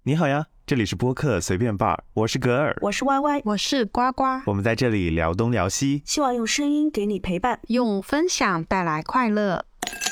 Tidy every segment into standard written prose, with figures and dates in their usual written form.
你好呀，这里是播客随便吧，我是格尔， 我是歪歪， 我是呱呱。 我们在这里聊东聊西， 希望用声音给你陪伴， 用分享带来快乐。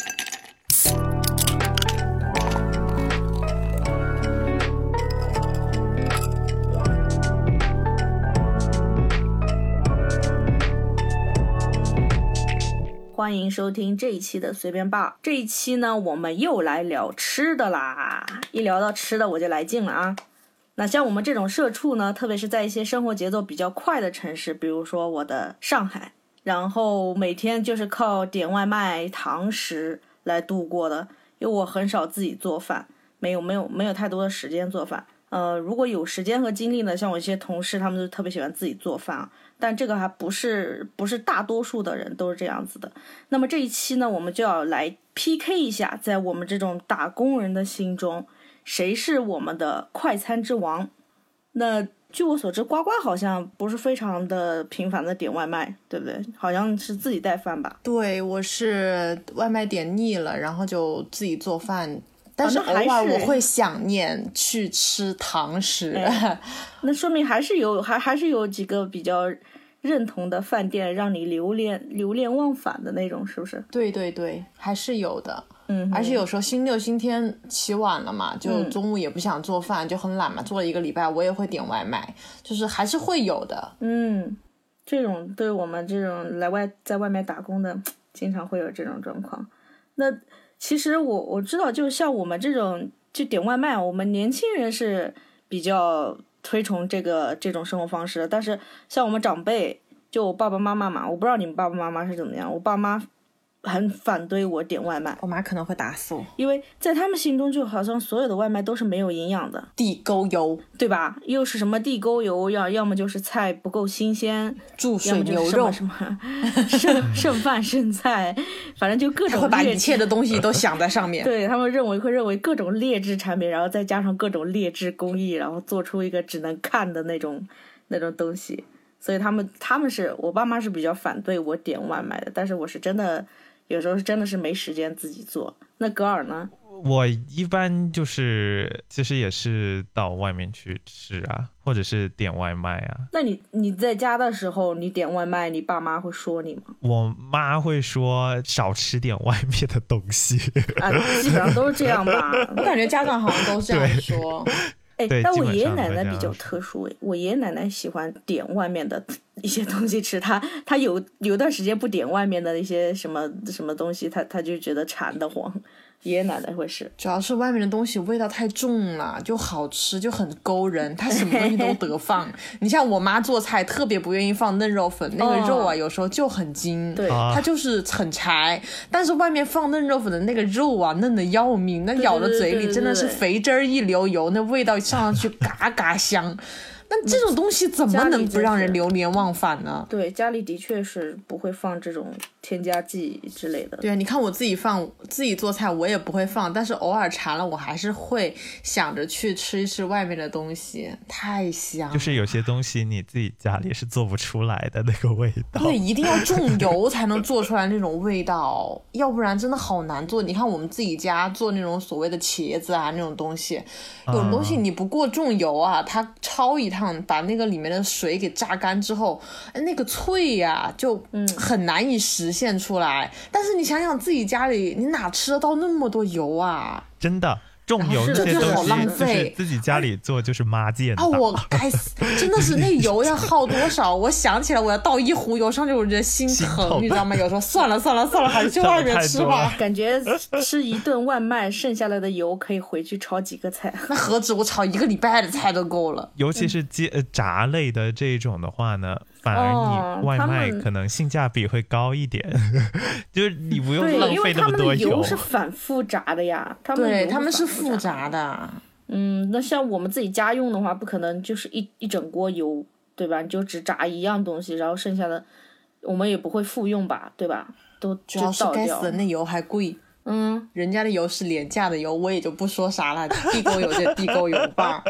欢迎收听这一期的随便吧。这一期呢，我们又来聊吃的啦。一聊到吃的我就来劲了啊。那像我们这种社畜呢，特别是在一些生活节奏比较快的城市，比如说我的上海，然后每天就是靠点外卖堂食来度过的，因为我很少自己做饭，没有太多的时间做饭。如果有时间和精力呢，像我一些同事他们就特别喜欢自己做饭啊，但这个还不是大多数的人都是这样子的。那么这一期呢，我们就要来 PK 一下，在我们这种打工人的心中，谁是我们的快餐之王。那据我所知，呱呱好像不是非常的频繁的点外卖，对不对？好像是自己带饭吧？ 对，我是外卖点腻了，然后就自己做饭。但是偶尔我会想念去吃堂食， 那说明还是有几个比较认同的饭店让你流连忘返的那种，是不是？ 对对对，还是有的。而且有时候星期六星期天起晚了嘛，就中午也不想做饭，就很懒嘛，做了一个礼拜我也会点外卖，就是还是会有的。 这种对我们这种在外面打工的经常会有这种状况。那其实我知道，就像我们这种就点外卖，我们年轻人是比较推崇这种生活方式的，但是像我们长辈，就我爸爸妈妈嘛，我不知道你们爸爸妈妈是怎么样，我爸妈很反对我点外卖， 我妈可能会打死我， 因为在他们心中就好像所有的外卖都是没有营养的， 地沟油， 对吧？又是什么地沟油，要么就是菜不够新鲜， 注水牛肉， 什么剩饭剩菜，反正就各种会把一切的东西都想在上面。 对，他们会认为各种劣质产品，然后再加上各种劣质工艺，然后做出一个只能看的那种东西。所以他们我爸妈是比较反对我点外卖的，但是我是真的有时候真的是没时间自己做。那格尔呢？ 我一般就是其实也是到外面去吃啊，或者是点外卖啊。 那你在家的时候你点外卖，你爸妈会说你吗？ 我妈会说少吃点外面的东西啊，基本上都是这样吧。 我感觉家长好像都是这样说。 但我爷爷奶奶比较特殊，我爷爷奶奶喜欢点外面的一些东西吃，他有段时间不点外面的一些什么东西，他就觉得馋得慌。爷爷奶奶会是， 主要是外面的东西味道太重了，就好吃就很勾人，他什么东西都得放。你像我妈做菜特别不愿意放嫩肉粉，那个肉啊有时候就很筋， 对， 它就是很柴，但是外面放嫩肉粉的那个肉啊嫩的要命，那咬到嘴里真的是肥汁儿一流油，那味道上去嘎嘎香。那这种东西怎么能不让人流连忘返呢？ 对，家里的确是不会放这种添加剂之类的。 对啊，你看我自己做菜我也不会放，但是偶尔馋了我还是会想着去吃一吃外面的东西，太香了。 就是有些东西你自己家里是做不出来的那个味道。 对，一定要重油才能做出来那种味道，要不然真的好难做。你看我们自己家做那种所谓的茄子啊那种东西，有的东西你不过重油啊，它焯一趟把那个里面的水给榨干之后，那个脆呀就很难以实现出来。但是你想想自己家里，你哪吃得到那么多油啊？ 真的。重油这些东西就是自己家里做就是妈见的我该死，真的是那油要耗多少？我想起来我要倒一壶油上去，我觉得心疼，你知道吗？有时候算了，还是去外面吃吧。 感觉吃一顿外卖剩下来的油可以回去炒几个菜。 那何止我炒一个礼拜的菜都够了。 尤其是炸类的这种的话呢，反而你外卖可能性价比会高一点，就是你不用浪费那么多油。 因为他们的油是反复炸的呀， 对，他们是复炸的。 那像我们自己家用的话，不可能就是一整锅油，对吧？你就只炸一样东西，然后剩下的我们也不会复用吧，对吧？ 主要是该死的那油还贵。人家的油是廉价的油，我也就不说啥了，地沟油就地沟油吧。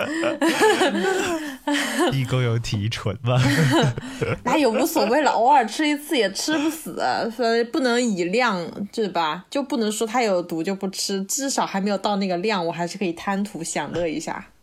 地沟油提纯吧。 那也无所谓了，偶尔吃一次也吃不死，所以不能以量，对吧？就不能说它有毒就不吃，至少还没有到那个量，我还是可以贪图享乐一下。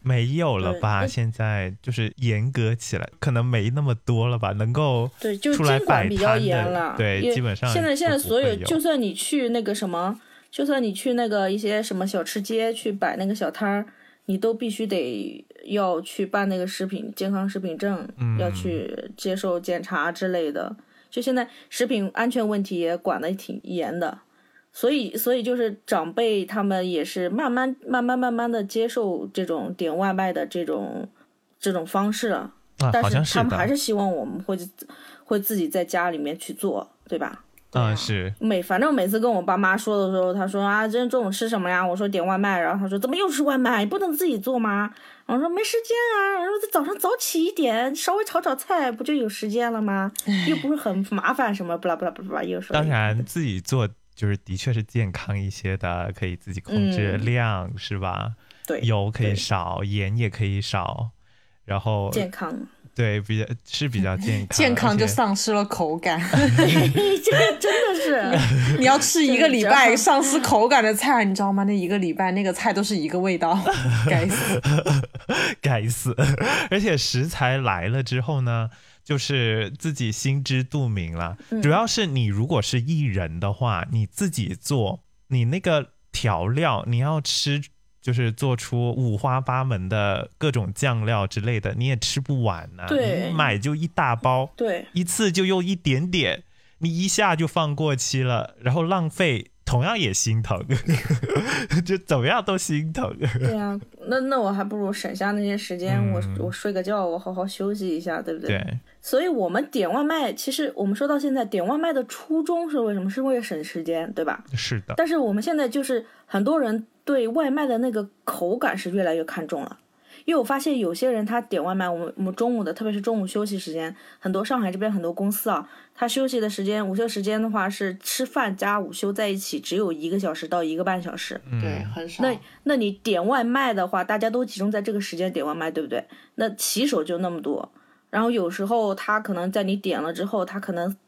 没有了吧？现在就是严格起来，可能没那么多了吧，能够对，就出来监管摆比较摊的， 严了。 对，基本上现在所有， 就就算你去那个什么，就算你去那个一些什么小吃街去摆那个小摊儿，你都必须得要去办那个健康食品证，要去接受检查之类的。就现在食品安全问题也管得挺严的。所以就是长辈他们也是慢慢的接受这种点外卖的这种方式了，但是他们还是希望我们会自己在家里面去做，对吧？ 是反正每次跟我爸妈说的时候，他说啊，今天中午吃什么呀？我说点外卖，然后他说怎么又吃外卖？你不能自己做吗？我说没时间啊，然后早上早起一点，稍微炒菜不就有时间了吗？又不是很麻烦什么，不啦不啦不啦，又说。 当然自己做就是的确是健康一些的，可以自己控制量，是吧？ 对， 油可以少，盐也可以少，然后健康。 对，比较健康， 健康就丧失了口感。 这个真的是， 你要吃一个礼拜丧失口感的菜，你知道吗？那一个礼拜那个菜都是一个味道，该死， 该死！而且食材来了之后呢，就是自己心知肚明了。主要是你如果是一人的话，你自己做，你那个调料你要吃。就是做出五花八门的各种酱料之类的，你也吃不完呢。 对， 你买就一大包， 对， 一次就用一点点，你一下就放过期了，然后浪费，同样也心疼，就怎么样都心疼。 对啊，那我还不如省下那些时间，我睡个觉，我好好休息一下，对不对？ 对。 所以我们点外卖，其实我们说到现在，点外卖的初衷是为什么？是为了省时间，对吧？ 是的。 但是我们现在就是很多人对外卖的那个口感是越来越看重了，因为我发现有些人他点外卖，我们中午的，特别是中午休息时间，很多上海这边很多公司啊，他休息的时间，午休时间的话是吃饭加午休在一起，只有1个小时到1个半小时。 对，很少。 那你点外卖的话，大家都集中在这个时间点外卖，对不对？那骑手就那么多，然后有时候他可能在你点了之后，他可能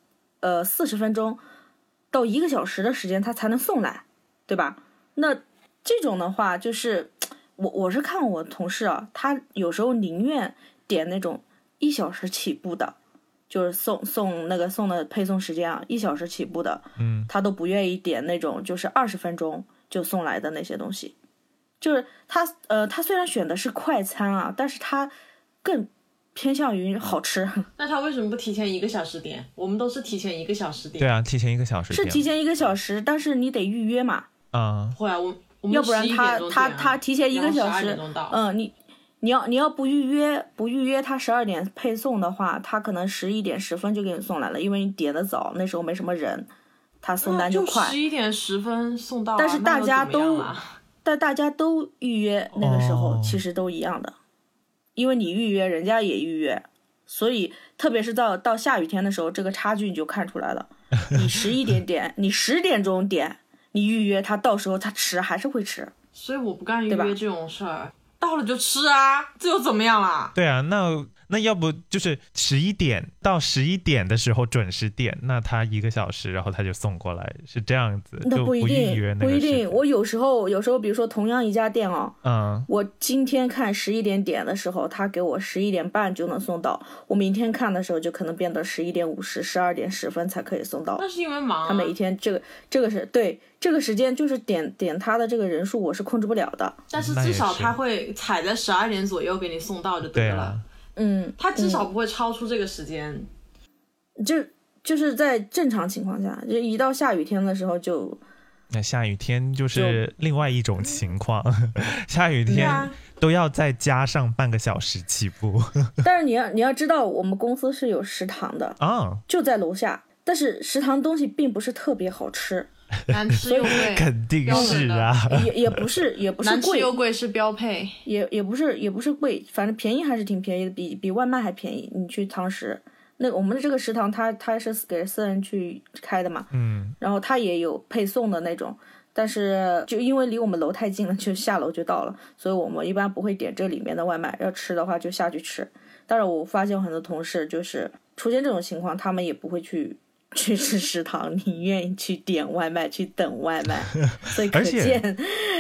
40分钟到1个小时的时间他才能送来，对吧？那这种的话，就是我是看我同事啊，他有时候宁愿点那种1小时起步的，就是送的配送时间啊，1小时起步的，他都不愿意点那种就是20分钟就送来的那些东西。就是他虽然选的是快餐啊，但是他更偏向于好吃。 那他为什么不提前1个小时点？我们都是提前1个小时点。 对啊，提前1个小时点。 是提前1个小时，但是你得预约嘛。 会啊，我们要不然他提前1个小时，你要不预约他12点配送的话，他可能11点10分就给你送来了，因为你点的早，那时候没什么人，他送单就快。 11点10分送到， 但是大家都预约那个时候，其实都一样的，因为你预约，人家也预约，所以特别是到下雨天的时候，这个差距你就看出来了。你11点点，你10点钟点。你预约他，到时候他吃还是会吃， 所以我不干预约这种事儿，到了就吃啊，这又怎么样啦？ 对啊，那要不就是11点到11点的时候准时点，那他1个小时，然后他就送过来，是这样子。 那不一定，不一定。我有时候，比如说同样一家店哦，我今天看11点点的时候，他给我11点半就能送到，我明天看的时候就可能变得11点50、12点10分才可以送到。 那是因为忙。 他每一天这个是对。这个时间就是点他的这个人数我是控制不了的， 但是至少他会踩在12点左右给你送到就对了。他至少不会超出这个时间。 就是在正常情况下，就一到下雨天的时候就。 那下雨天就是另外一种情况，下雨天都要再加上半个小时起步。 但是你要知道，我们公司是有食堂的就在楼下，但是食堂东西并不是特别好吃。 难吃又贵， 肯定是啊， 也不是贵， 难吃又贵是标配， 也不是贵，反正便宜还是挺便宜的，比外卖还便宜。你去堂食，那我们的这个食堂它是给私人去开的嘛，然后它也有配送的那种，但是就因为离我们楼太近了，就下楼就到了，所以我们一般不会点这里面的外卖，要吃的话就下去吃。但是我发现很多同事就是出现这种情况，他们也不会去吃食堂，你愿意去点外卖去等外卖，所以可见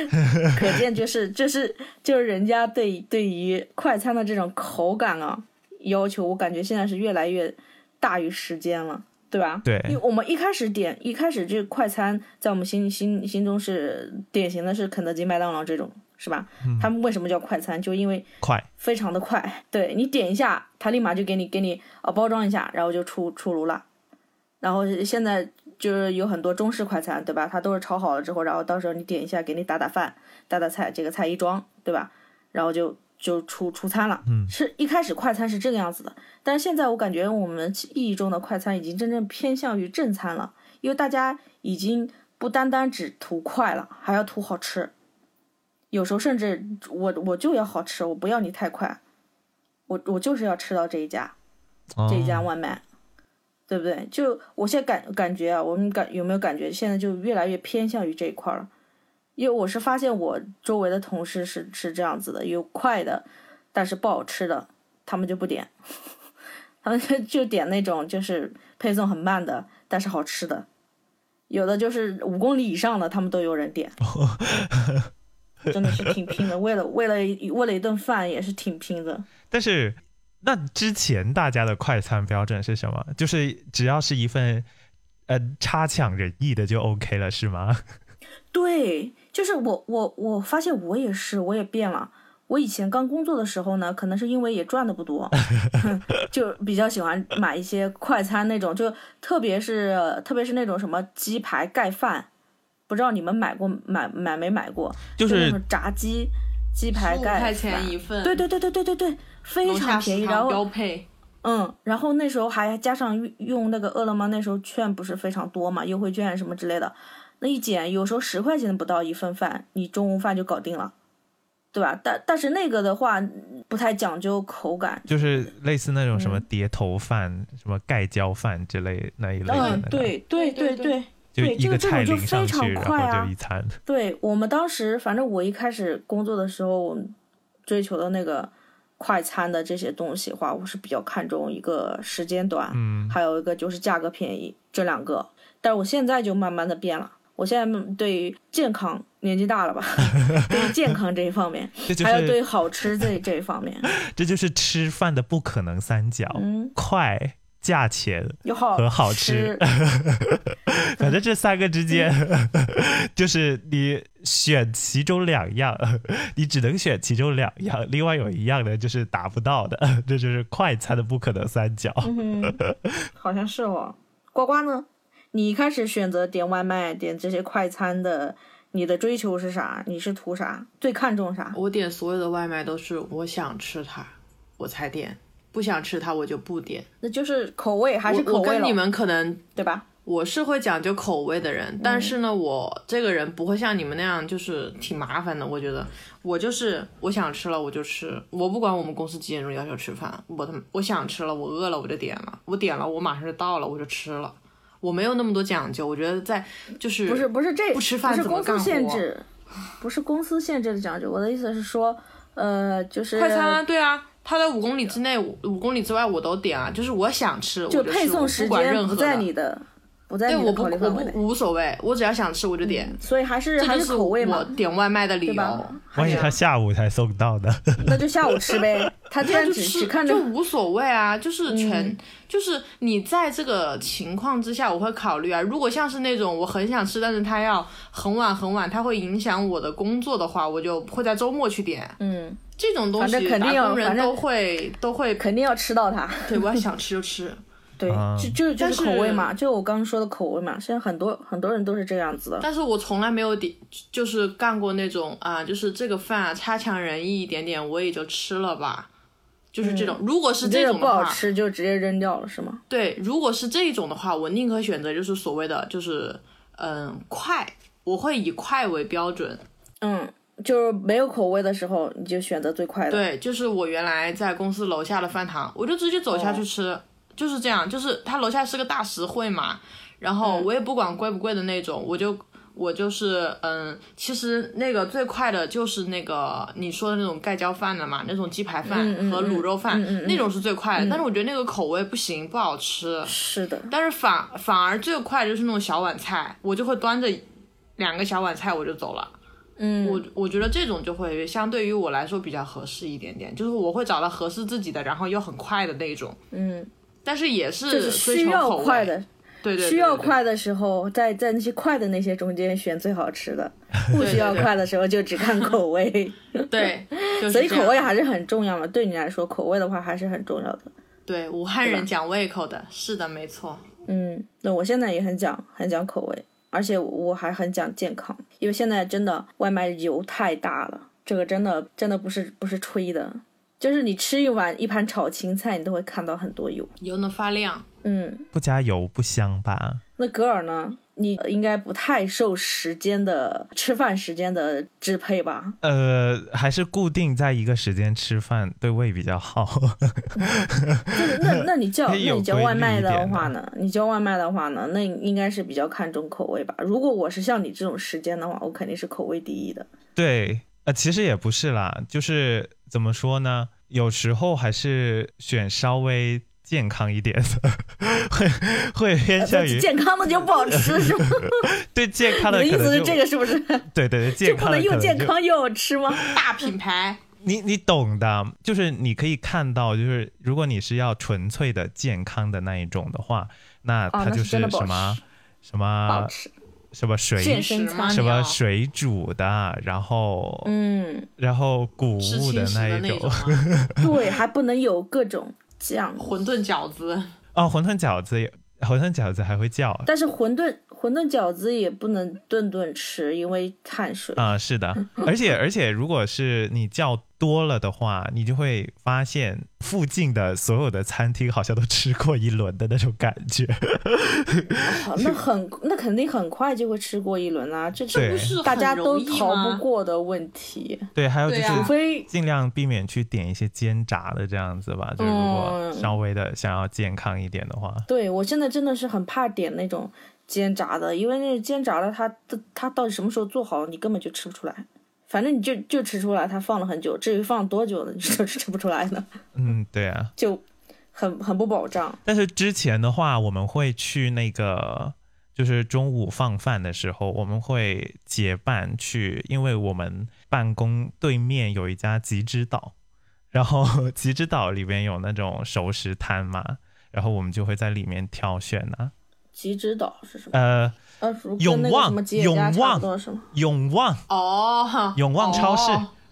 可见就是人家对于快餐的这种口感啊要求，我感觉现在是越来越大于时间了，对吧？ 对， 因为我们一开始这快餐在我们心中是典型的是肯德基、麦当劳这种，是吧？他们为什么叫快餐？就因为快， 非常的快。对，你点一下，他立马就给你包装一下，然后就出炉了。然后现在就是有很多中式快餐，对吧？它都是炒好了之后，然后到时候你点一下，给你打饭、打菜，这个菜一装，对吧？然后就出餐了。是一开始快餐是这个样子的，但是现在我感觉我们意义中的快餐已经真正偏向于正餐了，因为大家已经不单单只图快了，还要图好吃。有时候甚至我就要好吃，我不要你太快，我就是要吃到这一家外卖。对不对？就我现在感觉啊，我们有没有感觉现在就越来越偏向于这一块了？因为我是发现我周围的同事是这样子的，有快的，但是不好吃的，他们就不点，他们就点那种就是配送很慢的，但是好吃的。有的就是5公里以上的，他们都有人点，真的是挺拼的。为了一顿饭也是挺拼的。 但是。那之前大家的快餐标准是什么？就是只要是一份差强人意的就 OK 了，是吗？ 对，就是我发现我也变了。我以前刚工作的时候呢，可能是因为也赚的不多，就比较喜欢买一些快餐那种，就特别是那种什么鸡排盖饭，不知道你们买没买过？ 就是那种炸鸡排盖饭，15 块钱一份。 对，非常便宜，然后标配。 然后那时候还加上用那个饿了么，那时候券不是非常多嘛，优惠券什么之类的，那一减有时候10块钱不到一份饭，你中午饭就搞定了，对吧？但是那个的话不太讲究口感， 就是类似那种什么碟头饭、什么盖浇饭之类那一类的。 对。 就一个菜淋上去， 这个就非常快然后就一餐。 对，我们当时反正我一开始工作的时候，我追求的那个快餐的这些东西的话，我是比较看重一个时间短，还有一个就是价格便宜，这2个。但是我现在就慢慢的变了，我现在对于健康，年纪大了吧，对于健康这一方面，还有对于好吃这一方面， 这就是吃饭的不可能三角：快、价钱和好吃。反正这3个之间，就是你选其中2样，你只能选其中2样，另外有1样的就是达不到的，这就是快餐的不可能三角。 好像是哦。呱呱呢？你一开始选择点外卖、点这些快餐的，你的追求是啥？你是图啥？最看重啥？ 我点所有的外卖都是我想吃它，我才点。不想吃它我就不点， 那就是口味还是口味了。 我跟你们可能对吧？ 我是会讲究口味的人，但是呢，我这个人不会像你们那样，就是挺麻烦的。我觉得我就是我想吃了我就吃，我不管我们公司几点钟要求吃饭，我想吃了，我饿了我就点了，我点了我马上就到了我就吃了，我没有那么多讲究。我觉得在就是不是这不吃饭怎么干活？ 不是公司限制的讲究，我的意思是说，就是快餐啊，对啊。它在5公里之内、5公里之外我都点啊，就是我想吃我就配送时间不在你的考虑范围内， 我无所谓，我只要想吃我就点。 所以还是口味嘛， 我点外卖的理由。 万一他下午才送到呢？ 那就下午吃呗。他这样只看着就无所谓啊，就是就是你在这个情况之下我会考虑啊。如果像是那种我很想吃，但是他要很晚，他会影响我的工作的话，我就会在周末去点。这种东西肯定要， 人都会肯定要吃到它。 对，我要想吃就吃。 对，就是口味嘛，就我刚刚说的口味嘛。现在很多人都是这样子的。 但是我从来没有就是干过那种啊，就是这个饭啊差强人意一点点，我也就吃了吧。就是这种，如果是这种的话， 不好吃就直接扔掉了是吗？ 对，如果是这种的话，我宁可选择就是所谓的就是快，我会以快为标准。 就是没有口味的时候，你就选择最快的。 对，就是我原来在公司楼下的饭堂，我就直接走下去吃，就是这样。就是他楼下是个大实惠嘛，然后我也不管贵不贵的那种，我就是其实那个最快的就是那个你说的那种盖浇饭的嘛，那种鸡排饭和卤肉饭，那种是最快的。但是我觉得那个口味不行，不好吃。 是的。 但是反而最快的就是那种小碗菜，我就会端着2个小碗菜我就走了。 我觉得这种就会相对于我来说比较合适一点点，就是我会找到合适自己的，然后又很快的那种。但是也就是需要快的。 对， 需要快的时候，在那些快的那些中间选最好吃的，不需要快的时候就只看口味。 对， 所以口味还是很重要嘛。对你来说，口味的话还是很重要的。 对，武汉人讲胃口的，是的，没错。 对，我现在也很讲口味，而且我还很讲健康，因为现在真的外卖油太大了，这个真的不是吹的，就是你吃一盘炒青菜，你都会看到很多油， 油能发亮。 不加油不香吧？ 那格尔呢？你应该不太受吃饭时间的支配吧？ 还是固定在一个时间吃饭，对胃比较好。 那你叫外卖的话呢？那应该是比较看重口味吧？如果我是像你这种时间的话，我肯定是口味第一的。 对，其实也不是啦，就是怎么说呢？有时候还是选稍微健康一点的，会偏向于健康的就不好吃是吗？ 对，健康的你的意思是这个是不是？ 对，健康的就不能又健康又好吃吗？ 大品牌， 你懂的，就是你可以看到，就是如果你是要纯粹的健康的那一种的话，那它就是什么水煮的，然后谷物的那一种， 对，还不能有各种酱， 馄饨饺子馄饨饺子还会叫， 但是馄饨饺子也不能顿顿吃，因为碳水是的，而且如果是你叫多了的话，你就会发现附近的所有的餐厅好像都吃过一轮的那种感觉。 那肯定很快就会吃过一轮啊，这不是大家都逃不过的问题。 对，还有就是除非尽量避免去点一些煎炸的这样子吧，就是如果稍微的想要健康一点的话。 对，我现在真的是很怕点那种煎炸的，因为那煎炸的它到底什么时候做好，你根本就吃不出来。反正你就吃出来它放了很久，至于放多久的你就吃不出来呢。 对啊， 就很不保障。 但是之前的话，我们会去那个，就是中午放饭的时候，我们会结伴去，因为我们办公对面有一家吉之岛，然后吉之岛里边有那种熟食摊嘛，然后我们就会在里面挑选啊。 吉之岛是什么？ 永旺永旺超市，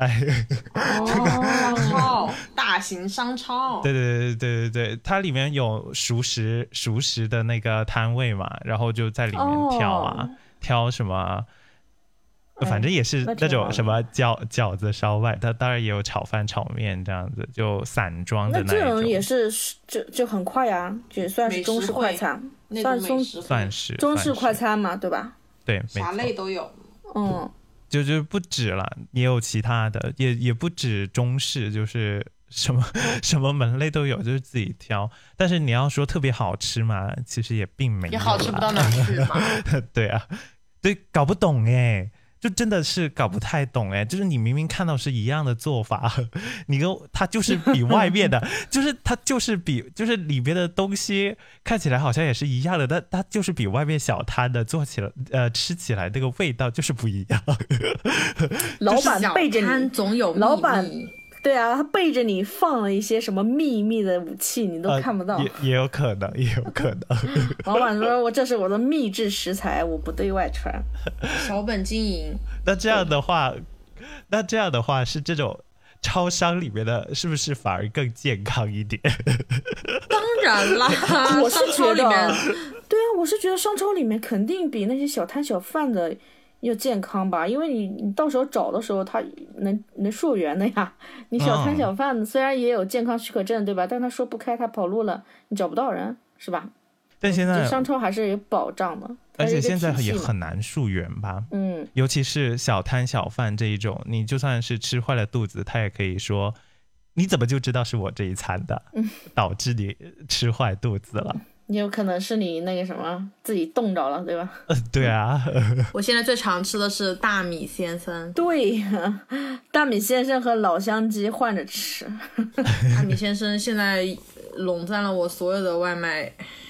商超，大型商超。 对，它里面有熟食的那个摊位嘛，然后就在里面挑什么，反正也是那种什么饺子烧麦，它当然也有炒饭炒面这样子，就散装的那一种。 那这种也是就很快啊，也算是中式快餐， 算是中式快餐嘛，对吧？ 对， 啥类都有。 就不止了，也有其他的，也不止中式，就是什么门类都有，就是自己挑。但是你要说特别好吃嘛，其实也并没有， 也好吃不到哪去嘛。 对啊，对，搞不懂就真的是搞不太懂就是你明明看到是一样的做法，它就是比外面的，就是里边的东西看起来好像也是一样的，但它就是比外面小摊的做起来吃起来那个味道就是不一样。 老板背着你， 总有秘密。 老板对啊，他背着你放了一些什么秘密的武器，你都看不到。 也有可能。 老板说：“这是我的秘制食材，我不对外传。” 小本经营。 那这样的话是这种超商里面的，是不是反而更健康一点？ 当然啦， 我是觉得，对啊，我是觉得商超里面肯定比那些小摊小贩的要健康吧，因为你到时候找的时候，它能溯源的呀。你小摊小贩虽然也有健康许可证，对吧？但他说不开，他跑路了，你找不到人，是吧？ 但现在商超还是有保障的， 而且现在也很难溯源吧。尤其是小摊小贩这一种，你就算是吃坏了肚子，他也可以说你怎么就知道是我这一餐的，导致你吃坏肚子了。 有可能是你那个什么自己冻着了，对吧？ 对啊。 我现在最常吃的是大米先生。 对，大米先生和老乡鸡换着吃。 大米先生现在垄断了我所有的外卖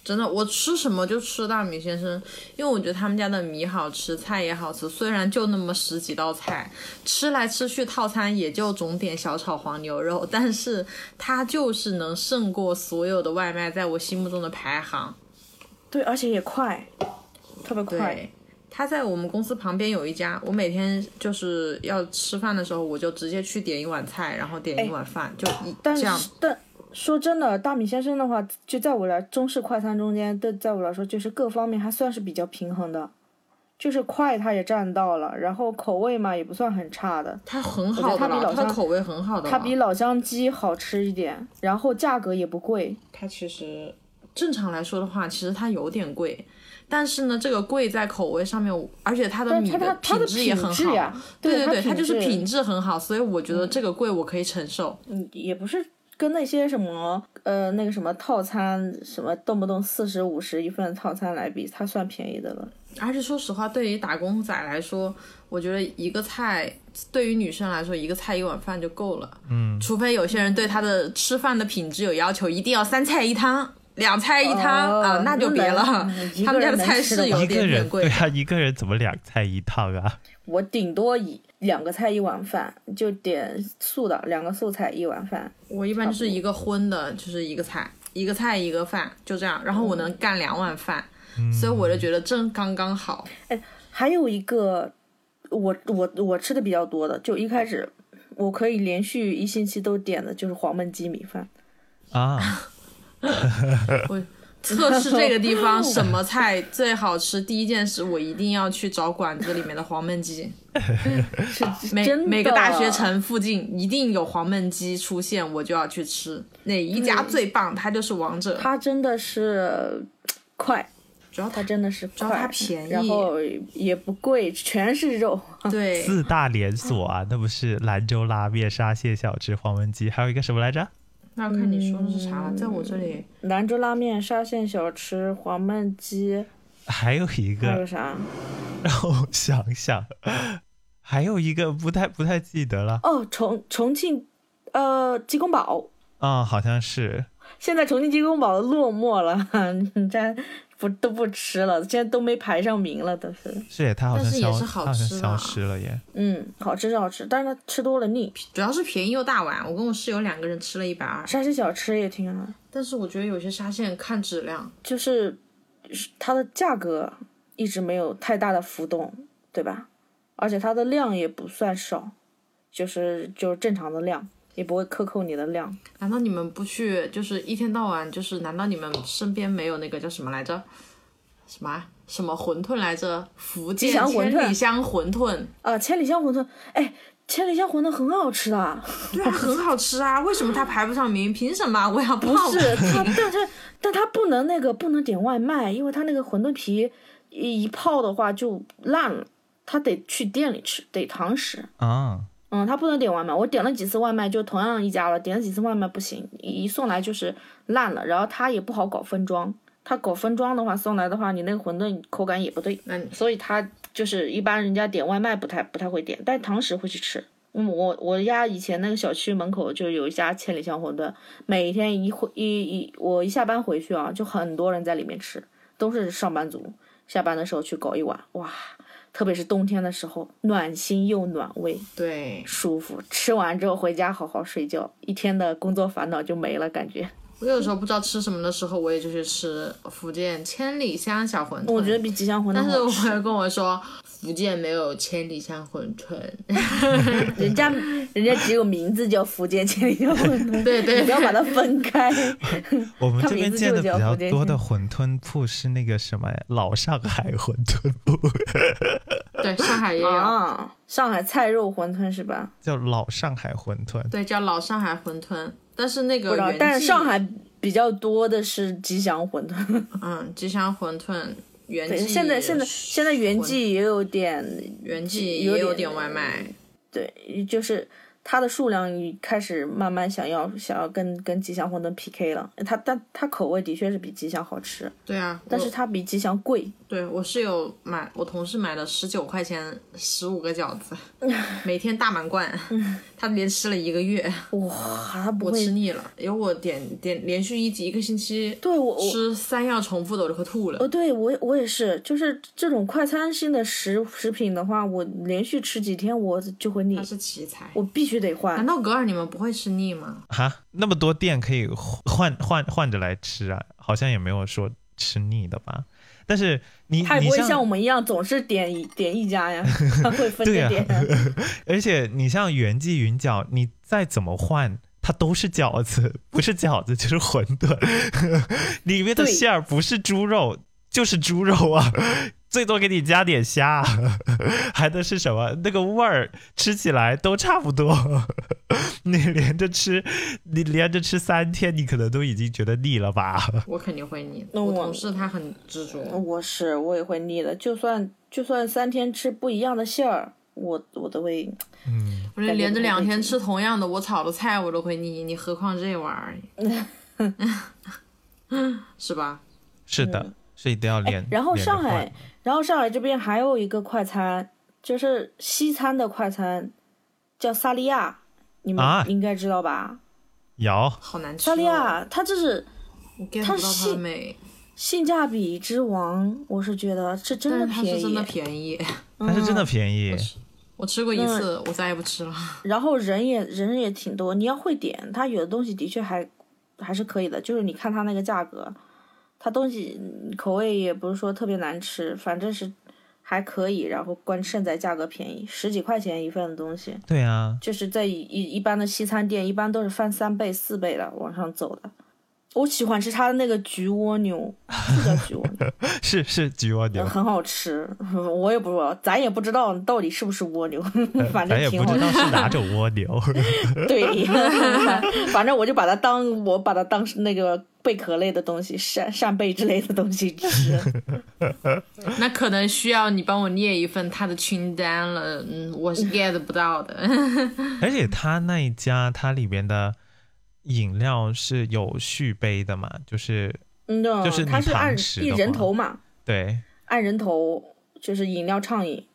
真的，我吃什么就吃大米先生，因为我觉得他们家的米好吃，菜也好吃。虽然就那么10几道菜，吃来吃去套餐也就总点小炒黄牛肉，但是它就是能胜过所有的外卖在我心目中的排行。 对，而且也快，特别快。 对，他在我们公司旁边有一家，我每天就是要吃饭的时候，我就直接去点一碗菜，然后点一碗饭，就这样。 但说真的，大米先生的话，就在我来中式快餐中间，在我来说，就是各方面还算是比较平衡的，就是快它也占到了，然后口味嘛也不算很差的， 它很好的了，它口味很好的了， 它比老乡鸡好吃一点，然后价格也不贵。 它其实正常来说的话，其实它有点贵。但是呢，这个贵在口味上面，而且它的米的品质也很好呀。对，它就是品质很好，所以我觉得这个贵我可以承受。 也不是跟那些什么那个什么套餐什么动不动40、50一份套餐来比，它算便宜的了。 而且说实话，对于打工仔来说，我觉得一个菜对于女生来说，一个菜一碗饭就够了。除非有些人对他的吃饭的品质有要求，一定要3菜1汤。2菜1汤啊，那就别了。他们家的菜是有点点贵。 对啊，一个人怎么2菜1汤啊？ 我顶多2个菜1碗饭，就点素的2个素菜1碗饭。 我一般就是一个荤的，就是一个菜1个饭，就这样。然后我能干2碗饭，所以我就觉得正刚刚好。 哎，还有一个我吃的比较多的，就一开始我可以连续1星期都点的就是黄焖鸡米饭啊。 我测试这个地方什么菜最好吃，第一件事我一定要去找馆子里面的黄焖鸡。每个大学城附近一定有黄焖鸡出现，我就要去吃。哪一家最棒，它就是王者。 它真的是快， 主要它真的是快， 主要它便宜， 然后也不贵，全是肉。 对 ，4大连锁啊，那不是兰州拉面、沙县小吃、黄焖鸡，还有一个什么来着？ 那要看你说的是啥了，在我这里， 兰州拉面、沙县小吃、黄焖鸡， 还有一个， 还有啥？ 让我想想，还有一个不太记得了。 哦，重庆，鸡公煲啊，好像是。 现在重庆鸡公煲落寞了，你这都不吃了，现在都没排上名了，都是。 是，它好像好吃消失了耶。 好吃是好吃，但是它吃多了腻。 主要是便宜又大碗，我跟我室友2个人吃了120。 沙县小吃也挺好， 但是我觉得有些沙县看质量， 就是它的价格一直没有太大的浮动，对吧？而且它的量也不算少，就是正常的量。也不会克扣你的量。 难道你们不去，就是一天到晚，就是难道你们身边没有那个叫什么来着？什么馄饨来着？福建千里香馄饨啊，千里香馄饨，哎，千里香馄饨很好吃的。 对啊，很好吃啊，为什么它排不上名？凭什么我要泡？ 不是它，但它不能点外卖，因为它那个馄饨皮一泡的话就烂了，它得去店里吃，得堂食啊。 他不能点外卖，我点了几次外卖，就同样一家了，点了几次外卖不行，一送来就是烂了，然后他也不好搞分装，他搞分装的话，送来的话，你那个馄饨口感也不对，所以他就是一般人家点外卖不太会点，但堂食会去吃。我家以前那个小区门口就有一家千里香馄饨，每天我一下班回去啊，就很多人在里面吃，都是上班族，下班的时候去搞一碗，哇！特别是冬天的时候，暖心又暖胃， 对， 舒服。吃完之后回家好好睡觉，一天的工作烦恼就没了，感觉。 我有时候不知道吃什么的时候，我也就去吃福建千里香小馄饨。 我觉得比吉祥馄饨好吃。 但是我也跟我说，福建没有千里香馄饨， 人家只有名字叫福建千里香馄饨。 对， 你不要把它分开。 我们这边见的比较多的馄饨铺是那个什么老上海馄饨铺。 对，上海也有。 上海菜肉馄饨是吧？ 叫老上海馄饨。 对，叫老上海馄饨。但是那个但是上海比较多的是吉祥馄饨。吉祥馄饨原记。 现在原记也有点， 原记也有点外卖。 对，就是它的数量开始慢慢想要跟吉祥馄饨 PK 了。它口味的确是比吉祥好吃， 对啊， 但是它比吉祥贵。 对，我室友我同事买了19块钱15个饺子，每天大满贯，他连吃了1个月。 哇，他不我会吃腻了，因为我点连续一个星期， 对我吃3样重复的我就快吐了。 对我也是，就是这种快餐性的食品的话，我连续吃几天我就会腻。 它是奇才， 我必须得换。 难道格尔你们不会吃腻吗？ 哈，那么多店可以换着来吃啊，好像也没有说吃腻的吧。但是他也不会像我们一样总是点一家呀，他会分着点。 而且你像元记云饺，你再怎么换它都是饺子，不是饺子就是馄饨，里面的馅儿不是猪肉就是猪肉啊，最多给你加点虾，还能是什么？那个味儿吃起来都差不多。你连着吃3天，你可能都已经觉得腻了吧？ 我肯定会腻。我同事他很执着。 我也会腻的，就算3天吃不一样的馅儿，我都会。 我连着2天吃同样的我炒的菜我都会腻，你何况这玩意儿？是吧？ 是的，是一定要连。 然后上海这边还有一个快餐，就是西餐的快餐，叫萨莉亚，你们应该知道吧？ 有， 好难吃。 萨莉亚，它这是我 get 不到它的美， 性价比之王，我是觉得是真的便宜， 它是真的便宜， 它是真的便宜。 我吃过1次，我再也不吃了。 然后人也挺多，你要会点，它有的东西的确还是可以的，就是你看它那个价格，它东西口味也不是说特别难吃，反正是还可以，然后胜在价格便宜，10几块钱一份的东西。 对啊， 就是在一般的西餐店，一般都是翻3倍4倍的往上走的。我喜欢吃它的那个焗蜗牛，是叫焗蜗牛， 是焗蜗牛， 很好吃。我也不知道，咱也不知道到底是不是蜗牛，反正挺好吃。 咱也不知道是哪种蜗牛。 对，反正我把它当那个贝壳类的东西，扇贝之类的东西吃。 那可能需要你帮我列一份它的清单了，我是 get 不到的。 而且它那一家，它里边的饮料是有续杯的嘛，就是你它是按一人头嘛， 对， 按人头就是饮料畅饮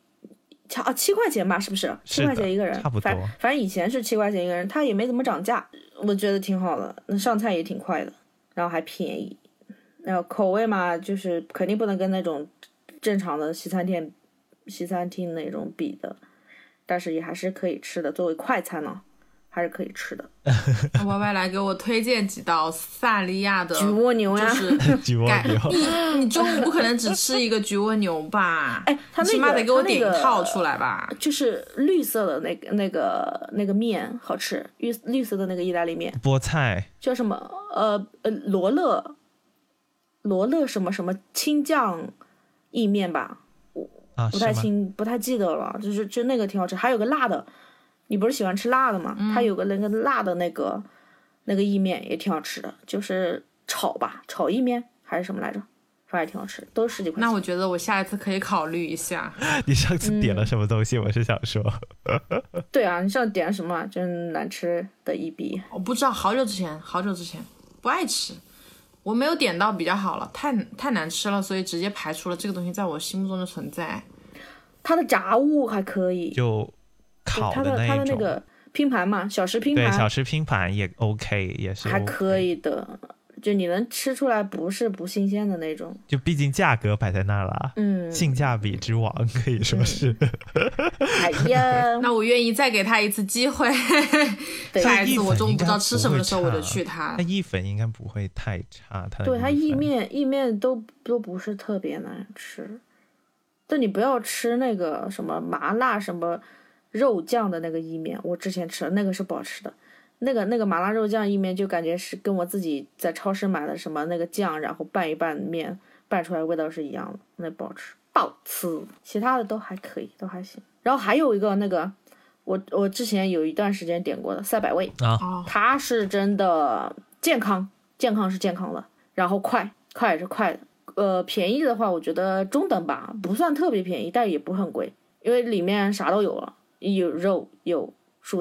，7块钱吧，是不是？7块钱一个人， 差不多。 反正以前是7块钱一个人，它也没怎么涨价，我觉得挺好的，那上菜也挺快的，然后还便宜，然后口味嘛，就是肯定不能跟那种正常的西餐厅那种比的，但是也还是可以吃的，作为快餐呢。还是可以吃的。 歪歪来给我推荐几道萨莉亚的焗蜗牛呀， 就是焗蜗牛。 你中午不可能只吃一个焗蜗牛吧？ 哎，他起码得给我点一套出来吧？ 就是绿色的那个面好吃，绿色的那个意大利面， 菠菜叫什么？罗勒什么什么青酱意面吧？不太记得了，就那个挺好吃，还有个辣的。你不是喜欢吃辣的吗？它有个那个辣的那个意面也挺好吃的，就是炒意面还是什么来着，反正挺好吃，都10几块钱。 那我觉得我下一次可以考虑一下。 你上次点了什么东西？我是想说。 对啊，你上次点了什么？真难吃的一逼。 我不知道，好久之前不爱吃，我没有点到比较好了，太难吃了，所以直接排除了这个东西在我心目中的存在。 它的炸物还可以， 就烤的它的那个拼盘嘛，小食拼盘， 对，小食拼盘也 OK， 也是 OK， 还可以的，就你能吃出来不是不新鲜的那种。 就毕竟价格摆在那儿了，性价比之王可以说是。 哎呀， 那我愿意再给他一次机会。下一次我中午不知道吃什么的时候，我就去他。 它意粉应该不会太差， 对，它意面都不是特别难吃。但你不要吃那个什么麻辣什么肉酱的那个意面，我之前吃了那个是不好吃的。那个麻辣肉酱意面就感觉是跟我自己在超市买的什么那个酱，然后拌一拌面，拌出来味道是一样的，那不好吃，不好吃。其他的都还可以，都还行。然后还有一个那个我之前有一段时间点过的赛百味啊， 它是真的健康是健康的，然后快也是快的。便宜的话，我觉得中等吧，不算特别便宜，但也不很贵，因为里面啥都有了，有肉有蔬菜，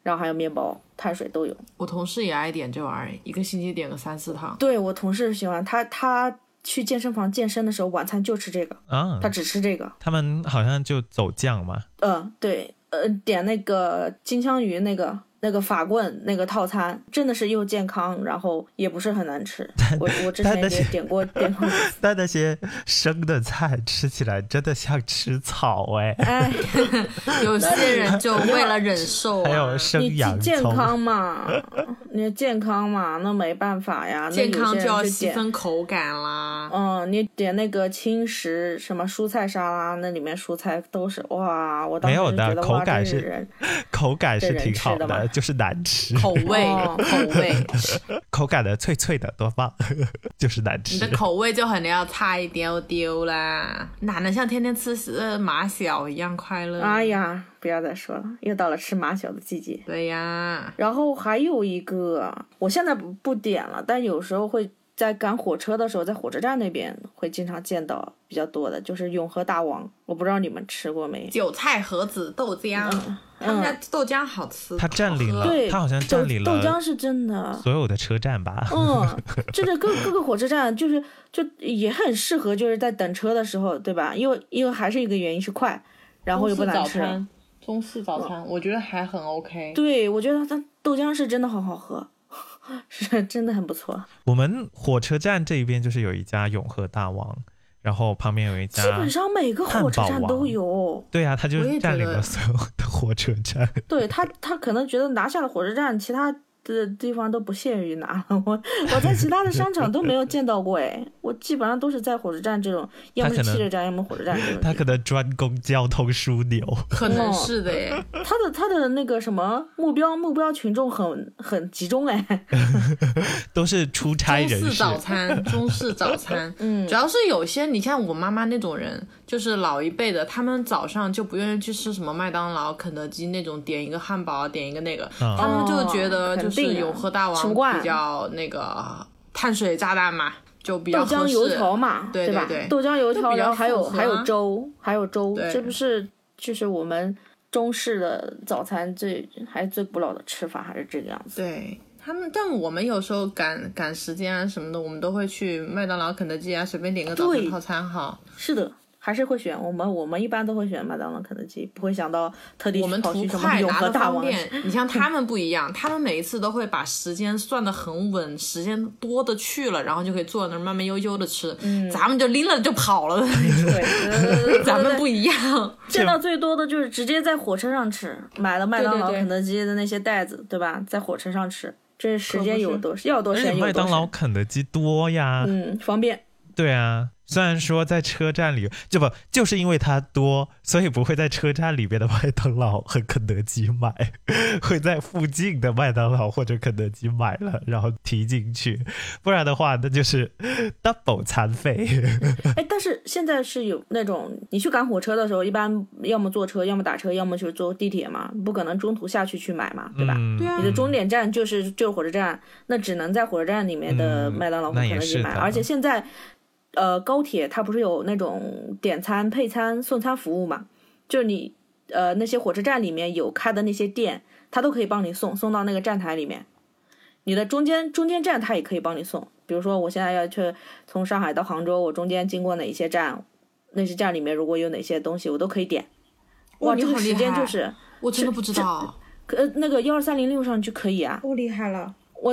然后还有面包、碳水都有。 我同事也爱点这玩意儿，一个星期点个3-4趟。 对，我同事喜欢他去健身房健身的时候，晚餐就吃这个啊，他只吃这个。 他们好像就走酱嘛。 对，点那个金枪鱼那个法棍那个套餐，真的是又健康，然后也不是很难吃。我之前也点过但那些生的菜吃起来真的像吃草哎。 有些人就为了忍受还有生洋葱。 你健康嘛，你健康嘛，那没办法呀。 健康就要细分口感啦。 你点那个轻食什么蔬菜沙拉，那里面蔬菜都是哇，我当时没有的， 觉得口感是挺好的，就是难吃。 口味口感的脆脆的多棒，就是难吃。 你的口味就很要差一丢丢啦，哪能像天天吃马小一样快乐？ 哎呀，不要再说了，又到了吃马小的季节。 对呀， 然后还有一个，我现在不点了，但有时候会在赶火车的时候，在火车站那边会经常见到比较多的，就是永和大王。我不知道你们吃过没？ 韭菜盒子豆浆，他们家豆浆好吃。 他占领了， 对， 他好像占领了豆浆是真的， 所有的车站吧。 真的各个火车站就也很适合，就是在等车的时候，对吧？因为还是一个原因是快，然后又不难吃。 中式早餐，我觉得还很 OK。 对，我觉得它豆浆是真的好喝。是真的很不错。 我们火车站这一边就是有一家永和大王，然后旁边有一家基本上每个火车站都有。 对啊，他就占领了所有的火车站。 对，他可能觉得拿下了火车站，其他的地方都不屑于拿。我在其他的商场都没有见到过哎，我基本上都是在火车站这种，要么是汽车站，要么火车站这种。 他可能专攻交通枢纽， 可能是的耶。 他的那个什么目标群众很集中哎， 都是出差人士。 中式早餐，主要是有些你像我妈妈那种人，就是老一辈的，他们早上就不愿意去吃什么麦当劳、肯德基那种，点一个汉堡，点一个那个，他们就觉得就是永和大王比较那个碳水炸弹嘛，就比较合适。 豆浆油条嘛， 对吧？豆浆油条，然后还有粥，这不是就是我们中式的早餐最古老的吃法，还是这个样子。 对。但我们有时候赶时间啊什么的，我们都会去麦当劳、肯德基啊，随便点个早餐套餐哈。 是的，还是会选我们一般都会选麦当劳、肯德基，不会想到特地跑去什么永和大王。 你像他们不一样，他们每一次都会把时间算得很稳，时间多的去了，然后就可以坐在那儿慢慢悠悠的吃。咱们就拎了就跑了。对，咱们不一样。 见到最多的就是直接在火车上吃，买了麦当劳、肯德基的那些袋子，对吧？在火车上吃。这时间要多省有多省。 麦当劳、肯德基多呀， 方便。 对啊，虽然说在车站里就是因为它多，所以不会在车站里边的麦当劳和肯德基买，会在附近的麦当劳或者肯德基买了，然后提进去，不然的话那就是 double 餐费。 但是现在是有那种你去赶火车的时候，一般要么坐车，要么打车，要么去坐地铁嘛，不可能中途下去买嘛，对吧？ 对啊， 你的终点站就是火车站，那只能在火车站里面的麦当劳和肯德基买，而且现在。高铁它不是有那种点餐、配餐、送餐服务嘛？就是你那些火车站里面有开的那些店，它都可以帮你送到那个站台里面。你的中间站它也可以帮你送。比如说我现在要去从上海到杭州，我中间经过哪些站，那些站里面如果有哪些东西，我都可以点。哇，这个时间就是我真的不知道。 那个12306上就可以啊。 厉害了。 我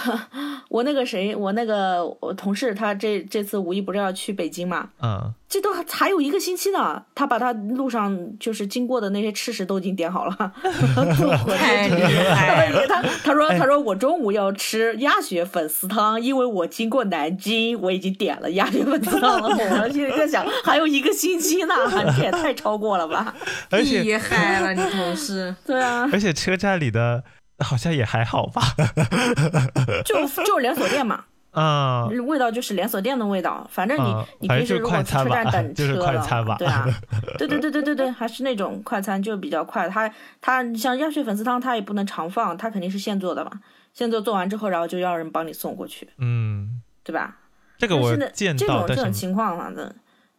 同事他这次五一不是要去北京嘛？这都还有1个星期呢。他把他路上就是经过的那些吃食都已经点好了。 太厉害了！ 他说我中午要吃鸭血粉丝汤，因为我经过南京，我已经点了鸭血粉丝汤了。我现在在想，还有1个星期呢，这也太超过了吧？ 厉害了，你同事。 对啊， 而且车站里的。好像也还好吧， 就连锁店嘛，味道就是连锁店的味道。反正你平时如果去车站等车就是快餐吧， 对啊，对，还是那种快餐就比较快。它像鸭血粉丝汤，它也不能常放，它肯定是现做的嘛，现做完之后，然后就要人帮你送过去，对吧？ 这个我见到这种情况，反正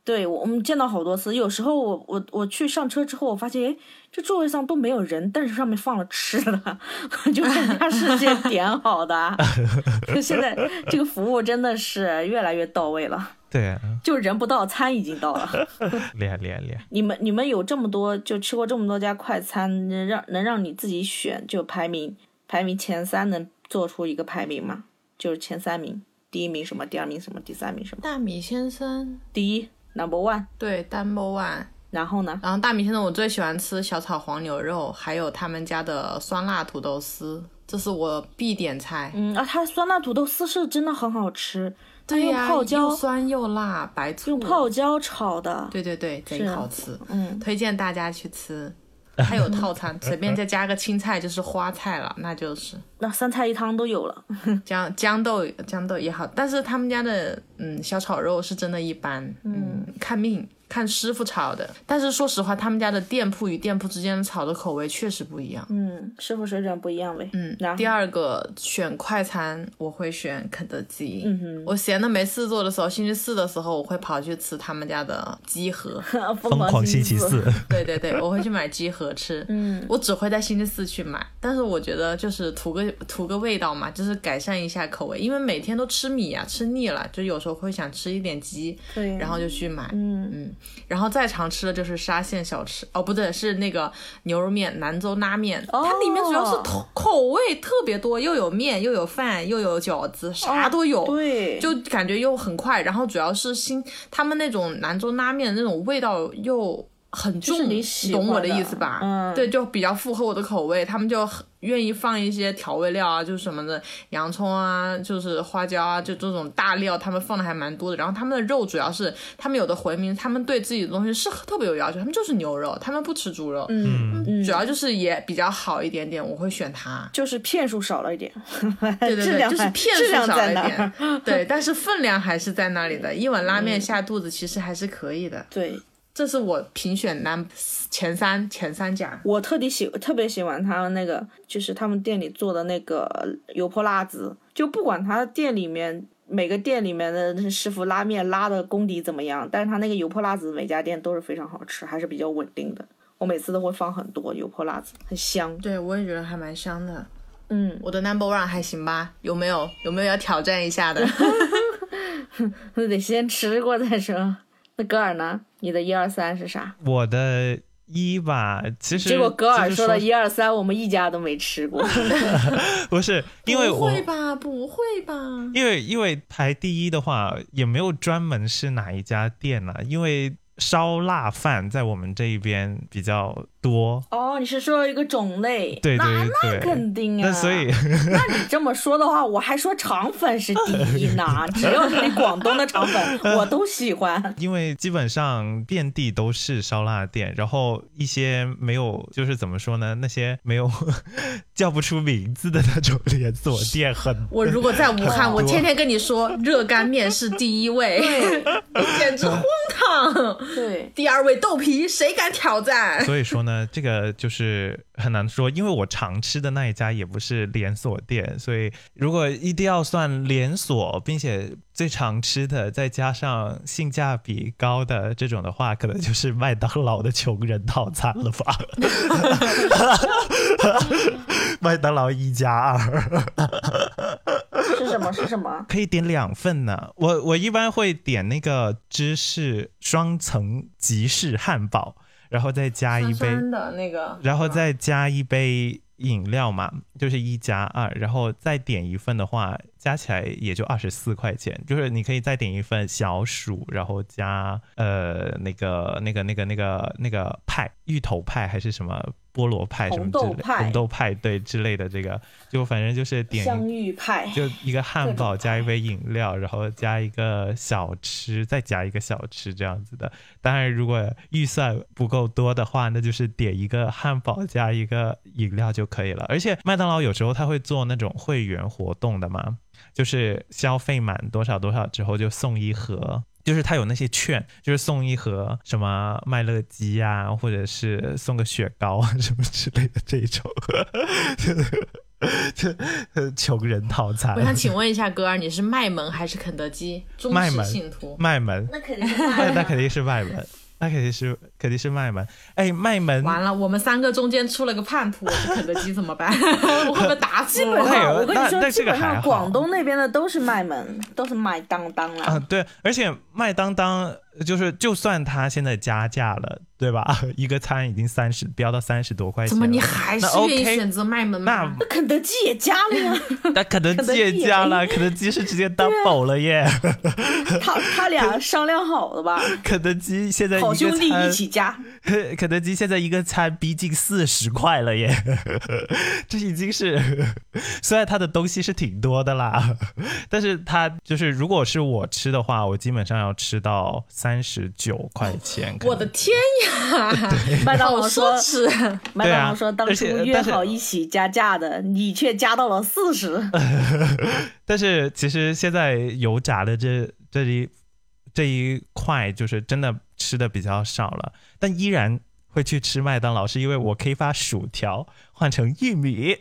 对，我们见到好多次。有时候我去上车之后，我发现，哎，这座位上都没有人，但是上面放了吃的，就人家事先点好的。就现在这个服务真的是越来越到位了。 对啊， 就人不到，餐已经到了。 厉害厉害厉害！ 你们有这么多，就吃过这么多家快餐，能让你自己选，就排名前3，能做出一个排名吗？就是前3名，第1名什么，第2名什么，第3名什么？ 大米先生第1 ，Number 1。 对 ，Number 1。 然后呢？ 然后大米先生我最喜欢吃小炒黄牛肉，还有他们家的酸辣土豆丝，这是我必点菜。 它酸辣土豆丝是真的很好吃。 对呀， 泡椒又酸又辣，白醋用泡椒炒的。 对对对，贼好吃。推荐大家去吃。还有套餐，随便再加个青菜就是花菜了，那就是那3菜1汤都有了。 豇豆也好，但是他们家的小炒肉是真的一般，看命。看师傅炒的，但是说实话，他们家的店铺与店铺之间炒的口味确实不一样。 师傅水准不一样呗。 第2个选快餐，我会选肯德基。我闲的没事做的时候，星期4的时候，我会跑去吃他们家的鸡盒。 疯狂星期4。 对对对，我会去买鸡盒吃。我只会在星期4去买，但是我觉得就是图个味道嘛，就是改善一下口味，因为每天都吃米啊，吃腻了，就有时候会想吃一点鸡， 对， 然后就去买。然后再常吃的就是沙县小吃，不对，是那个牛肉面，兰州拉面，它里面主要是口味特别多，又有面又有饭又有饺子，啥都有。 对， 就感觉又很快，然后主要是他们那种兰州拉面的那种味道又很重， 你懂我的意思吧？对，就比较符合我的口味，他们就愿意放一些调味料啊，就是什么的洋葱啊，就是花椒啊，就这种大料他们放的还蛮多的。然后他们的肉主要是他们有的回民，他们对自己的东西是特别有要求，他们就是牛肉，他们不吃猪肉。主要就是也比较好一点点，我会选它， 就是片数少了一点。 对对对，就是片数少了一点。对，但是分量还是在那里的，一碗拉面下肚子其实还是可以的。 对。 这是我评选前三家。 我特别喜欢他们那个，就是他们店里做的那个油泼辣子，就不管他店里面每个店里面的师傅拉面拉的功底怎么样，但是他那个油泼辣子每家店都是非常好吃，还是比较稳定的。我每次都会放很多油泼辣子，很香。 对，我也觉得还蛮香的。我的 Number 1还行吧？有没有要挑战一下的？ 那得先吃过再说。那格尔呢？你的1、2、3是啥？ 我的1吧，其实结果格尔说的1、2、3，我们一家都没吃过。 不是，因为不会吧？ 因为排第1的话，也没有专门是哪一家店了，因为烧腊饭在我们这一边比较多。 你是说一个种类？ 对对对， 那肯定啊。 那所以， 那你这么说的话，我还说肠粉是第1呢。只要是你广东的肠粉，我都喜欢。 因为基本上遍地都是烧腊店，然后一些没有，就是怎么说呢？那些没有叫不出名字的那种连锁店很。 我如果在武汉，我天天跟你说热干面是第1位，简直荒唐。 对， 第2位豆皮，谁敢挑战？ 所以说呢，这个就是很难说，因为我常吃的那一家也不是连锁店，所以如果一定要算连锁，并且最常吃的，再加上性价比高的这种的话，可能就是麦当劳的穷人套餐了吧。麦当劳1+2。 是什么？ 可以点2份呢。我一般会点那个芝士双层吉士汉堡，然后再加一杯的那个， 然后再加一杯饮料嘛，就是1+2，然后再点1份的话，加起来也就24块钱。就是你可以再点1份小薯，然后加那个派，芋头派还是什么菠萝派什么之类的，红豆派对之类的，这个就反正就是点香芋派， 就一个汉堡加一杯饮料，然后加一个小吃，再加一个小吃这样子的。当然如果预算不够多的话，那就是点一个汉堡加一个饮料就可以了。而且麦当劳有时候他会做那种会员活动的嘛，就是消费满多少多少之后就送1盒，就是他有那些券，就是送1盒什么麦乐鸡啊，或者是送个雪糕啊什么之类的这种。 穷人套餐。 我想请问一下哥儿，你是麦门还是肯德基忠实信徒？ 麦门， 那肯定是麦门， 那肯定是麦门。那肯定是麦门。哎，麦门完了，我们3个中间出了个叛徒，我是肯德基怎么办？我会被打死。 基本上我跟你说， 那基本上广东那边的都是麦门，都是麦当当啦。 啊，对，而且麦当当就算他现在加价了，对吧？一个餐已经飙到30多块钱了， 怎么你还是愿意选择麦门吗？ 那肯德基也加了呀。 那肯德基也加了，肯德基是直接 double 了耶。 他俩商量好的吧？ 肯德基现在一个餐好兄弟一起加。 肯德基现在一个餐逼近40块了耶，这已经是虽然它的东西是挺多的啦，但是它就是如果是我吃的话，我基本上要吃到39块钱。 我的天呀！ 麦当劳说麦当劳说当初约好一起加价的，你却加到了40。 但是其实现在油炸的这一块就是真的吃的比较少了，但依然会去吃麦当劳，是因为我可以把薯条换成玉米，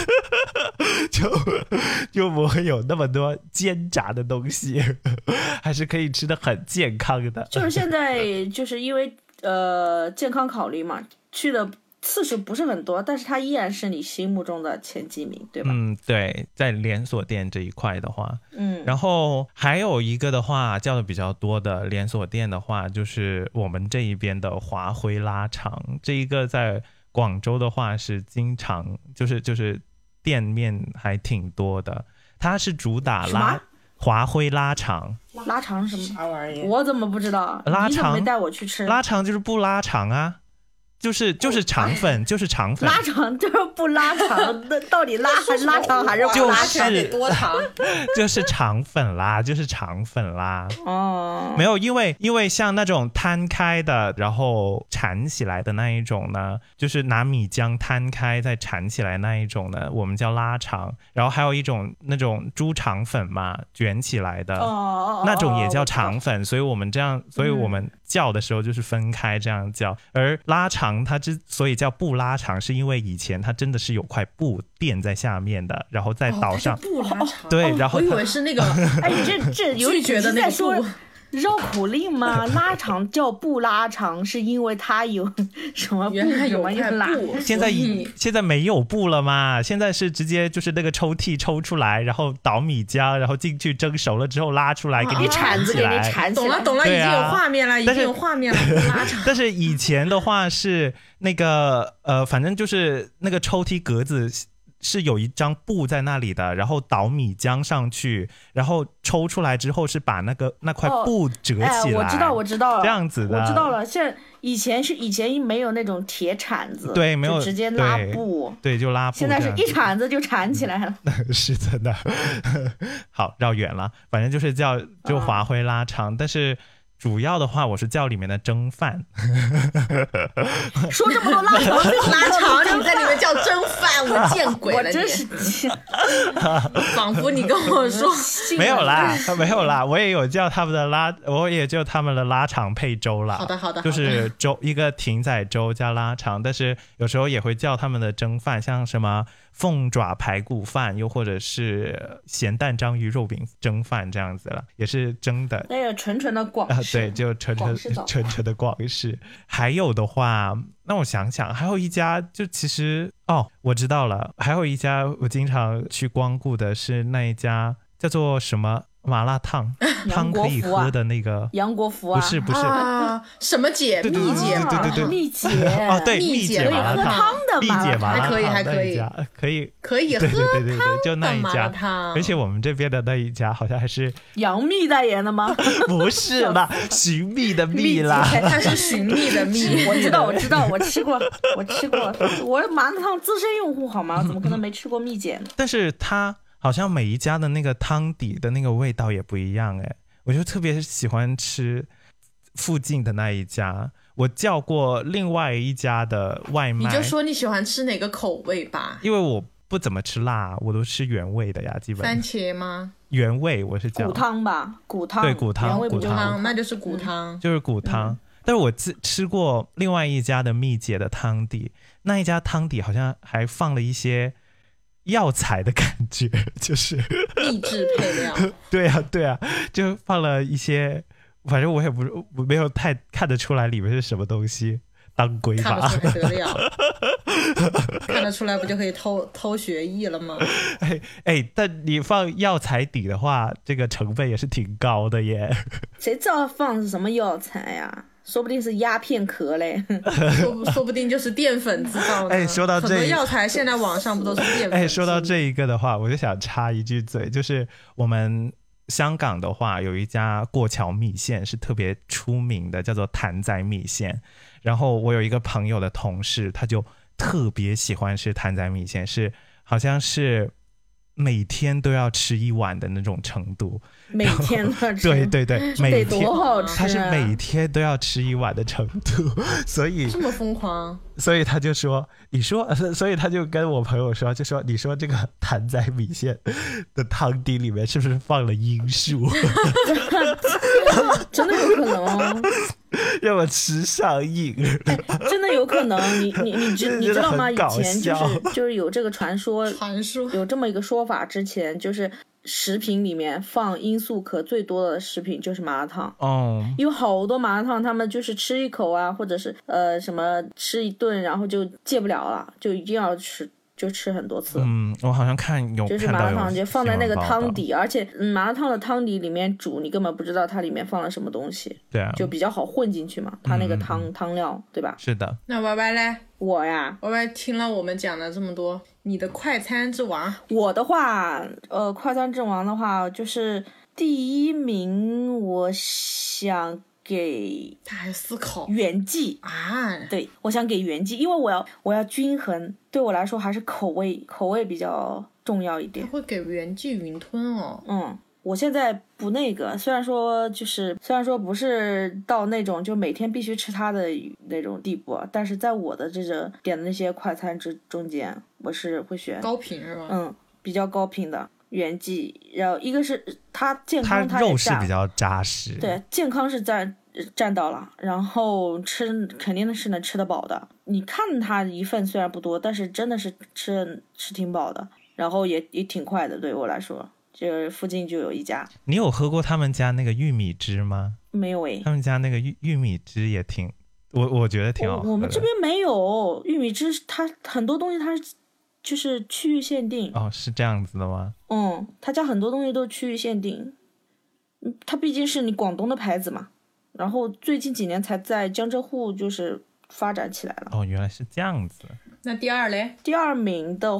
就不会有那么多煎炸的东西，还是可以吃的很健康的。 就是现在就是因为健康考虑嘛，去的次数不是很多，但是它依然是你心目中的前几名，对吧？ 对，在连锁店这一块的话，然后还有一个的话叫的比较多的连锁店的话，就是我们这一边的华辉拉肠，这一个在广州的话是经常就是店面还挺多的，它是主打华辉拉肠。 拉肠是什么玩意？我怎么不知道？ 拉肠， 你怎么没带我去吃？ 拉肠就是不拉肠啊。就是肠粉，就是肠粉。 拉肠就是不拉肠，那到底拉还是拉肠还是不拉肠？ 得多长？ 就是肠粉啦，就是肠粉啦。 哦， 没有，因为像那种摊开的，然后缠起来的那一种呢，就是拿米浆摊开再缠起来那一种呢，我们叫拉肠。然后还有一种那种猪肠粉嘛，卷起来的，那种也叫肠粉。所以我们叫的时候就是分开这样叫，而拉肠它之所以叫布拉肠，是因为以前它真的是有块布垫在下面的，然后再倒上布拉肠。 对，然后我以为是那个， 哎，这有拒绝的那个布。 绕口令吗？拉肠叫布拉肠，是因为它有什么布？ 原来有块布。 现在没有布了嘛？现在是直接就是那个抽屉抽出来，然后倒米浆，然后进去蒸熟了之后拉出来给你铲起来。 懂了，已经有画面了，已经有画面了。拉肠。 但是以前的话是那个反正就是那个抽屉格子。是有一张布在那里的，然后倒米浆上去，然后抽出来之后是把那块布折起来。 我知道了， 这样子的。 我知道了，以前没有那种铁铲子， 对，没有就直接拉布， 对，就拉布。 现在是一铲子就铲起来了。 是真的。好，绕远了，反正就是就华辉拉肠，但是。主要的话，我是叫里面的蒸饭。 说这么多拉肠， 你在里面叫蒸饭，我见鬼了！ 我真是仿佛你跟我说没有啦，我也有叫他们的拉肠配粥啦。 好的， 就是粥一个艇仔粥加拉肠，但是有时候也会叫他们的蒸饭，像什么凤爪排骨饭，又或者是咸蛋章鱼肉饼蒸饭这样子了，也是蒸的。 那个纯的广式。 对，就纯的广式。还有的话，那我想想，还有一家就其实我知道了，还有一家我经常去光顾的是那一家叫做什么麻辣烫，汤可以喝的那个杨国福啊？ 不是啊，什么姐？蜜姐？ 对， 蜜姐对，蜜姐麻辣烫的蜜姐麻辣烫还可以喝对，就那一家。而且我们这边的那一家好像还是杨幂代言的吗？ 不是啦，寻觅的觅啦， 它是寻觅的觅。 我知道，我吃过，我是麻辣烫资深用户好吗？我怎么可能没吃过蜜姐呢？ 但是它好像每一家的那个汤底的那个味道也不一样哎，我就特别喜欢吃附近的那一家。我叫过另外一家的外卖， 你就说你喜欢吃哪个口味吧。 因为我不怎么吃辣，我都吃原味的呀，基本。 番茄吗？ 原味我是叫骨汤吧，骨汤。 对，骨汤， 那就是骨汤， 就是骨汤。但是我吃过另外一家的蜜姐的汤底，那一家汤底好像还放了一些药材的感觉，就是秘制配料。 对啊对啊，就放了一些，反正我也我没有太看得出来里面是什么东西，当归吧。 看得出来得了，看得出来不就可以偷学艺了吗？ 但你放药材底的话，这个成本也是挺高的耶。 谁知道放是什么药材呀？说不定是鸦片壳嘞。 说不定就是淀粉制造的。 说到这， 很多药材现在网上不都是淀粉？ 说到这一个的话，我就想插一句嘴，就是我们香港的话有一家过桥米线是特别出名的，叫做谭仔米线。然后我有一个朋友的同事，他就特别喜欢吃谭仔米线，是好像是每天都要吃一碗的那种程度。 每天都要吃？ 对对对，每天多好吃啊！ 他是每天都要吃一碗的程度，所以这么疯狂。 所以他就说，所以他就跟我朋友说，就说你说这个谭仔米线的汤底里面是不是放了罂粟？ 真的有可能哦。 让我吃上瘾。 真的有可能。你知道吗？以前就是有这个传说有这么一个说法，之前就是食品里面放罂粟壳最多的食品就是麻辣烫。有好多麻辣烫他们就是吃一口啊，或者是什么吃一顿然后就戒不了了，就一定要吃，就吃很多次。 我好像就是麻辣烫就放在那个汤底，而且麻辣烫的汤底里面煮，你根本不知道它里面放了什么东西。 对啊， 就比较好混进去嘛，它那个汤料，对吧？ 是的。 那歪歪嘞？ 我呀， 歪歪听了我们讲了这么多，你的快餐之王？ 我的话，快餐之王的话，就是第一名，我想给他还思考原记啊。 对，我想给原记，因为我要均衡，对我来说还是口味比较重要一点。 他会给原记云吞哦。 我现在不那个，虽然说不是到那种就每天必须吃它的那种地步，但是在我的这个点的那些快餐中间，我是会选高频是吧？ 比较高频的原记。然后一个是它健康， 它肉是比较扎实， 对，健康是占到了，然后吃肯定是能吃得饱的。你看它一份虽然不多，但是真的是吃挺饱的，然后也挺快的，对我来说。这附近就有一家。你有喝过他们家那个玉米汁吗？ 没有诶。 他们家那个玉米汁也挺，我觉得挺好喝的。 我们这边没有玉米汁，它很多东西它就是区域限定。 是这样子的吗？ 他家很多东西都区域限定。它毕竟是你广东的牌子嘛，然后最近几年才在江浙沪就是发展起来了。 原来是这样子。 那第二嘞？ 第二名的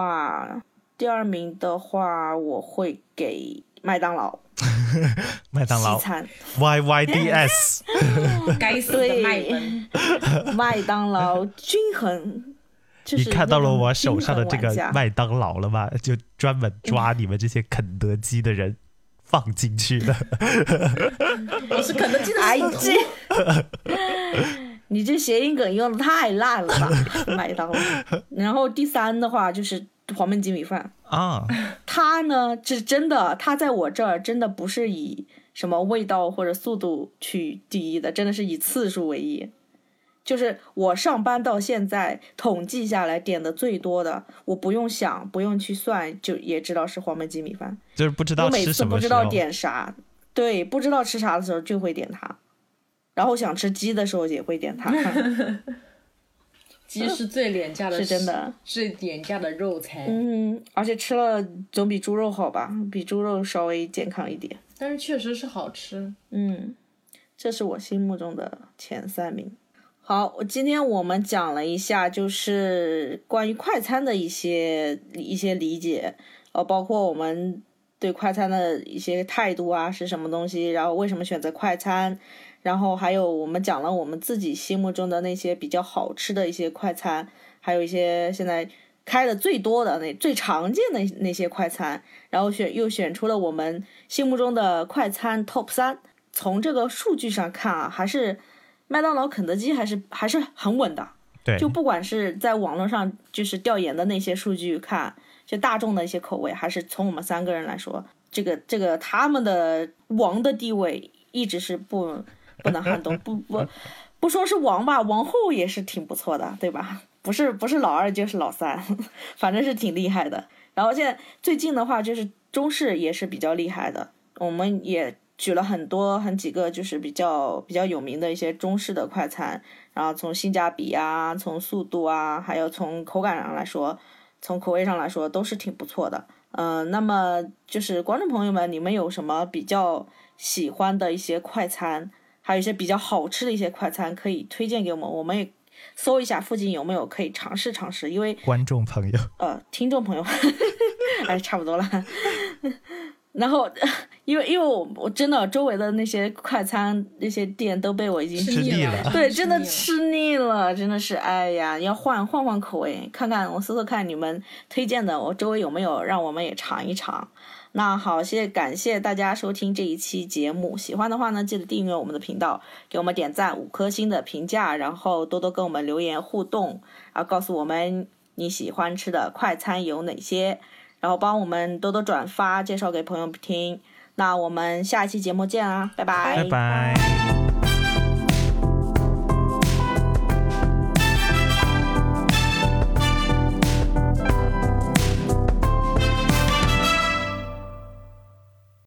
话，我会给麦当劳。 麦当劳西餐 YYDS 该死的麦粉。 麦当劳均衡。 你看到了我手上的这个麦当劳了吗？就专门抓你们这些肯德基的人放进去的。 我是肯德基的使徒。 你这谐音梗用的太烂了吧。麦当劳。然后第三的话就是黄焖鸡米饭啊。 它呢是真的，它在我这儿真的不是以什么味道或者速度去第一的，真的是以次数为一。就是我上班到现在统计下来点的最多的，我不用想不用去算就也知道是黄焖鸡米饭。 就是不知道吃什么， 我每次不知道点啥，对，不知道吃啥的时候就会点它，然后想吃鸡的时候也会点它。 鸡是最廉价的， 是真的， 最廉价的肉材。 而且吃了总比猪肉好吧，比猪肉稍微健康一点， 但是确实是好吃。 这是我心目中的前3名。好，今天我们讲了一下就是关于快餐的一些理解，包括我们对快餐的一些态度啊是什么东西，然后为什么选择快餐，然后还有我们讲了我们自己心目中的那些比较好吃的一些快餐，还有一些现在开的最多的最常见的那些快餐，然后又选出了我们心目中的快餐 Top 3。从这个数据上看啊，还是麦当劳、肯德基还是很稳的。 对， 就不管是在网络上就是调研的那些数据看，就大众的一些口味，还是从我们3个人来说，这个他们的王的地位一直是不能撼动。不说是王吧，王后也是挺不错的，对吧？ 不是老二就是老三，反正是挺厉害的。然后现在最近的话，就是中式也是比较厉害的，我们也举了几个就是比较有名的一些中式的快餐，然后从性价比啊，从速度啊，还有从口感上来说，从口味上来说都是挺不错的。那么就是观众朋友们，你们有什么比较喜欢的一些快餐，还有一些比较好吃的一些快餐可以推荐给我们，我们也搜一下附近有没有可以尝试尝试。因为观众朋友听众朋友哎，差不多了然后因为我真的周围的那些快餐那些店都被我已经吃腻了， 对，真的吃腻了，真的是哎呀，要换口味，看看我搜看你们推荐的，我周围有没有让我们也尝一尝。那好，感谢大家收听这一期节目，喜欢的话呢，记得订阅我们的频道，给我们点赞5颗星的评价，然后多多跟我们留言互动，然后告诉我们你喜欢吃的快餐有哪些，然后帮我们多多转发，介绍给朋友听。那我们下一期节目见啊，拜拜， 拜拜。